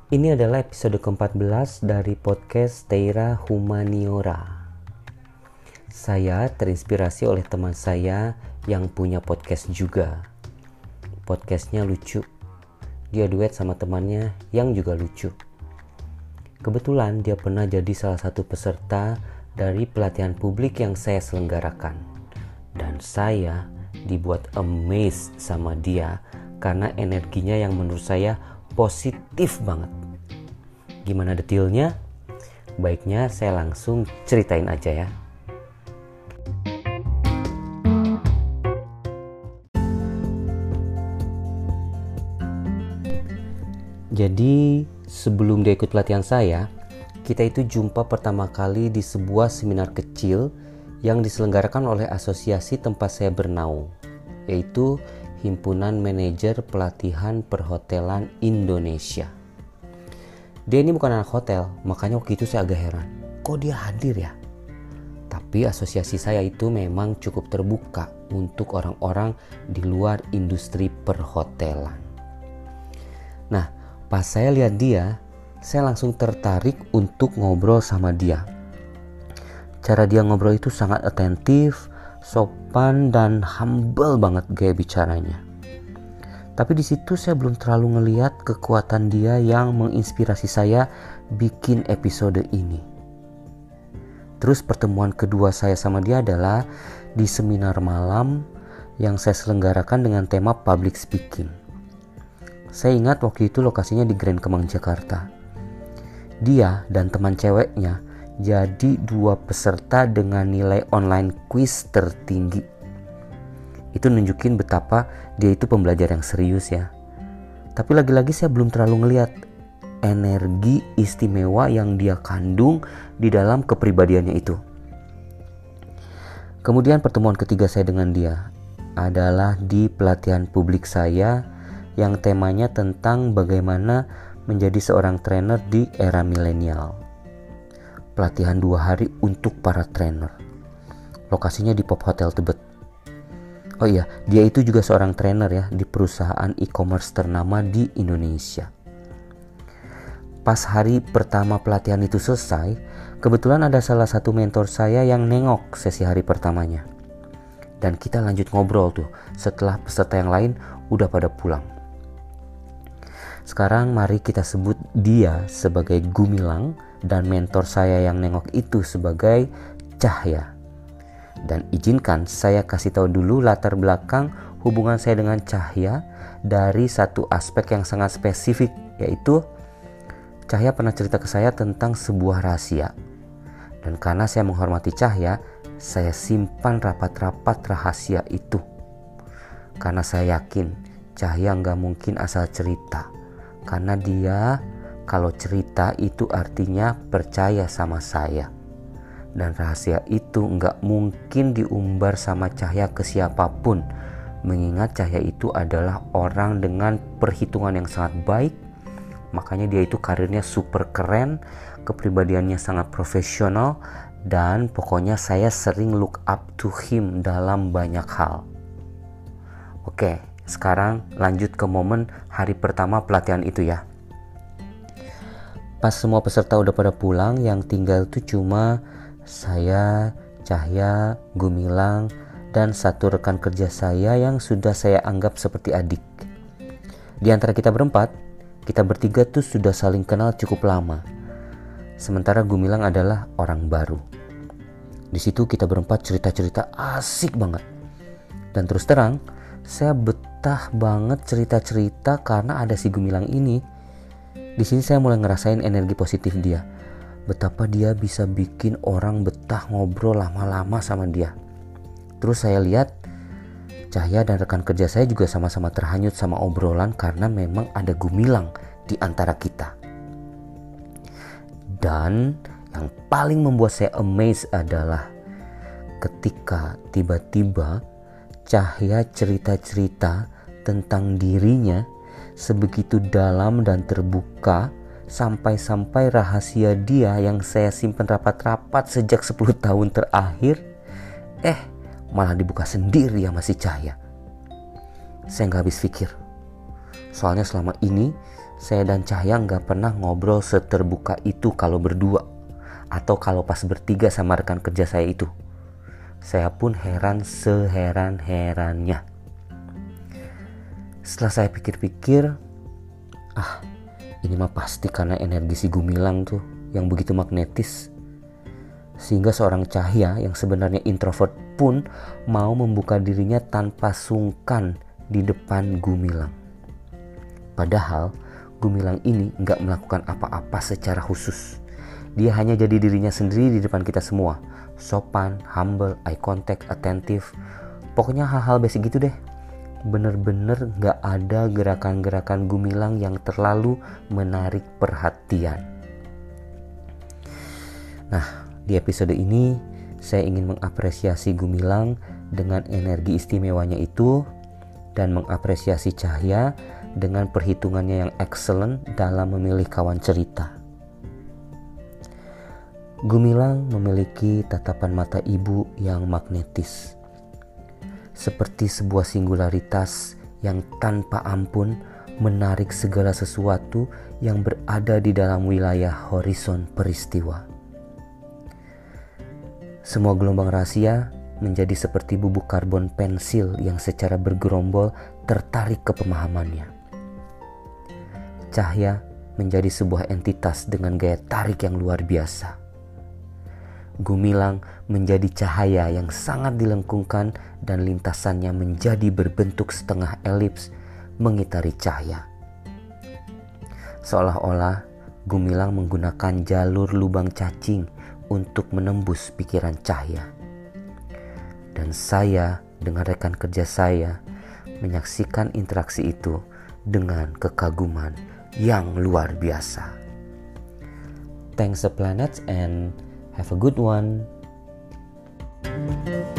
Ini adalah episode ke-14 dari podcast Teira Humaniora. Saya terinspirasi oleh teman saya yang punya podcast juga. Podcastnya lucu. Dia duet sama temannya yang juga lucu. Kebetulan dia pernah jadi salah satu peserta dari pelatihan publik yang saya selenggarakan. Dan saya dibuat amazed sama dia karena energinya yang menurut saya positif banget. Gimana detailnya? Baiknya saya langsung ceritain aja ya. Jadi sebelum dia ikut pelatihan saya, kita itu jumpa pertama kali di sebuah seminar kecil yang diselenggarakan oleh asosiasi tempat saya bernaung, yaitu Himpunan Manajer Pelatihan Perhotelan Indonesia. Dia ini bukan anak hotel, makanya waktu itu saya agak heran. Kok dia hadir ya? Tapi asosiasi saya itu memang cukup terbuka untuk orang-orang di luar industri perhotelan. Nah, pas saya lihat dia, saya langsung tertarik untuk ngobrol sama dia. Cara dia ngobrol itu sangat atentif, sopan dan humble banget gaya bicaranya. Tapi di situ saya belum terlalu ngelihat kekuatan dia yang menginspirasi saya bikin episode ini. Terus pertemuan kedua saya sama dia adalah di seminar malam yang saya selenggarakan dengan tema public speaking. Saya ingat waktu itu lokasinya di Grand Kemang, Jakarta. Dia dan teman ceweknya jadi dua peserta dengan nilai online quiz tertinggi. Itu nunjukin betapa dia itu pembelajar yang serius ya. Tapi lagi-lagi saya belum terlalu ngelihat energi istimewa yang dia kandung di dalam kepribadiannya itu. Kemudian pertemuan ketiga saya dengan dia adalah di pelatihan publik saya yang temanya tentang bagaimana menjadi seorang trainer di era milenial. Pelatihan 2 hari untuk para trainer. Lokasinya di Pop Hotel Tebet. Oh iya, dia itu juga seorang trainer ya di perusahaan e-commerce ternama di Indonesia. Pas hari pertama pelatihan itu selesai, kebetulan ada salah satu mentor saya yang nengok sesi hari pertamanya. Dan kita lanjut ngobrol tuh setelah peserta yang lain udah pada pulang. Sekarang mari kita sebut dia sebagai Gumilang dan mentor saya yang nengok itu sebagai Cahya. Dan izinkan saya kasih tahu dulu latar belakang hubungan saya dengan Cahya dari satu aspek yang sangat spesifik, yaitu Cahya pernah cerita ke saya tentang sebuah rahasia. Dan karena saya menghormati Cahya, saya simpan rapat-rapat rahasia itu. Karena saya yakin Cahya nggak mungkin asal cerita. Karena dia kalau cerita itu artinya percaya sama saya. Dan rahasia itu nggak mungkin diumbar sama Cahya ke siapapun. Mengingat Cahya itu adalah orang dengan perhitungan yang sangat baik. Makanya dia itu karirnya super keren, kepribadiannya sangat profesional. Dan pokoknya saya sering look up to him dalam banyak hal. Oke, sekarang lanjut ke momen hari pertama pelatihan itu ya. Pas semua peserta udah pada pulang, yang tinggal tuh cuma saya, Cahya, Gumilang, dan satu rekan kerja saya yang sudah saya anggap seperti adik. Di antara kita berempat, kita bertiga tuh sudah saling kenal cukup lama. Sementara Gumilang adalah orang baru. Di situ kita berempat cerita-cerita asik banget. Dan terus terang, saya betah banget cerita-cerita karena ada si Gumilang ini. Di sini saya mulai ngerasain energi positif dia. Betapa dia bisa bikin orang betah ngobrol lama-lama sama dia. Terus saya lihat Cahya dan rekan kerja saya juga sama-sama terhanyut sama obrolan karena memang ada Gumilang di antara kita. Dan yang paling membuat saya amazed adalah ketika tiba-tiba Cahya cerita-cerita tentang dirinya sebegitu dalam dan terbuka, sampai-sampai rahasia dia yang saya simpan rapat-rapat sejak 10 tahun terakhir malah dibuka sendiri sama si Cahya. Saya gak habis pikir. Soalnya selama ini saya dan Cahya nggak pernah ngobrol seterbuka itu kalau berdua, atau kalau pas bertiga sama rekan kerja saya itu. Saya pun heran seheran-herannya. Setelah saya pikir-pikir, ini mah pasti karena energi si Gumilang tuh yang begitu magnetis. Sehingga seorang Cahya yang sebenarnya introvert pun mau membuka dirinya tanpa sungkan di depan Gumilang. Padahal Gumilang ini gak melakukan apa-apa secara khusus. Dia hanya jadi dirinya sendiri di depan kita semua. Sopan, humble, eye contact, attentive. Pokoknya hal-hal basic gitu deh. Bener-bener gak ada gerakan-gerakan Gumilang yang terlalu menarik perhatian. Nah, di episode ini saya ingin mengapresiasi Gumilang dengan energi istimewanya itu dan mengapresiasi Cahya dengan perhitungannya yang excellent dalam memilih kawan cerita. Gumilang memiliki tatapan mata ibu yang magnetis, seperti sebuah singularitas yang tanpa ampun menarik segala sesuatu yang berada di dalam wilayah horizon peristiwa. Semua gelombang rahasia menjadi seperti bubuk karbon pensil yang secara bergerombol tertarik ke pemahamannya. Cahya menjadi sebuah entitas dengan gaya tarik yang luar biasa. Gumilang menjadi cahaya yang sangat dilengkungkan dan lintasannya menjadi berbentuk setengah elips mengitari Cahya. Seolah-olah Gumilang menggunakan jalur lubang cacing untuk menembus pikiran Cahya. Dan saya dengan rekan kerja saya menyaksikan interaksi itu dengan kekaguman yang luar biasa. Thanks the planets and have a good one.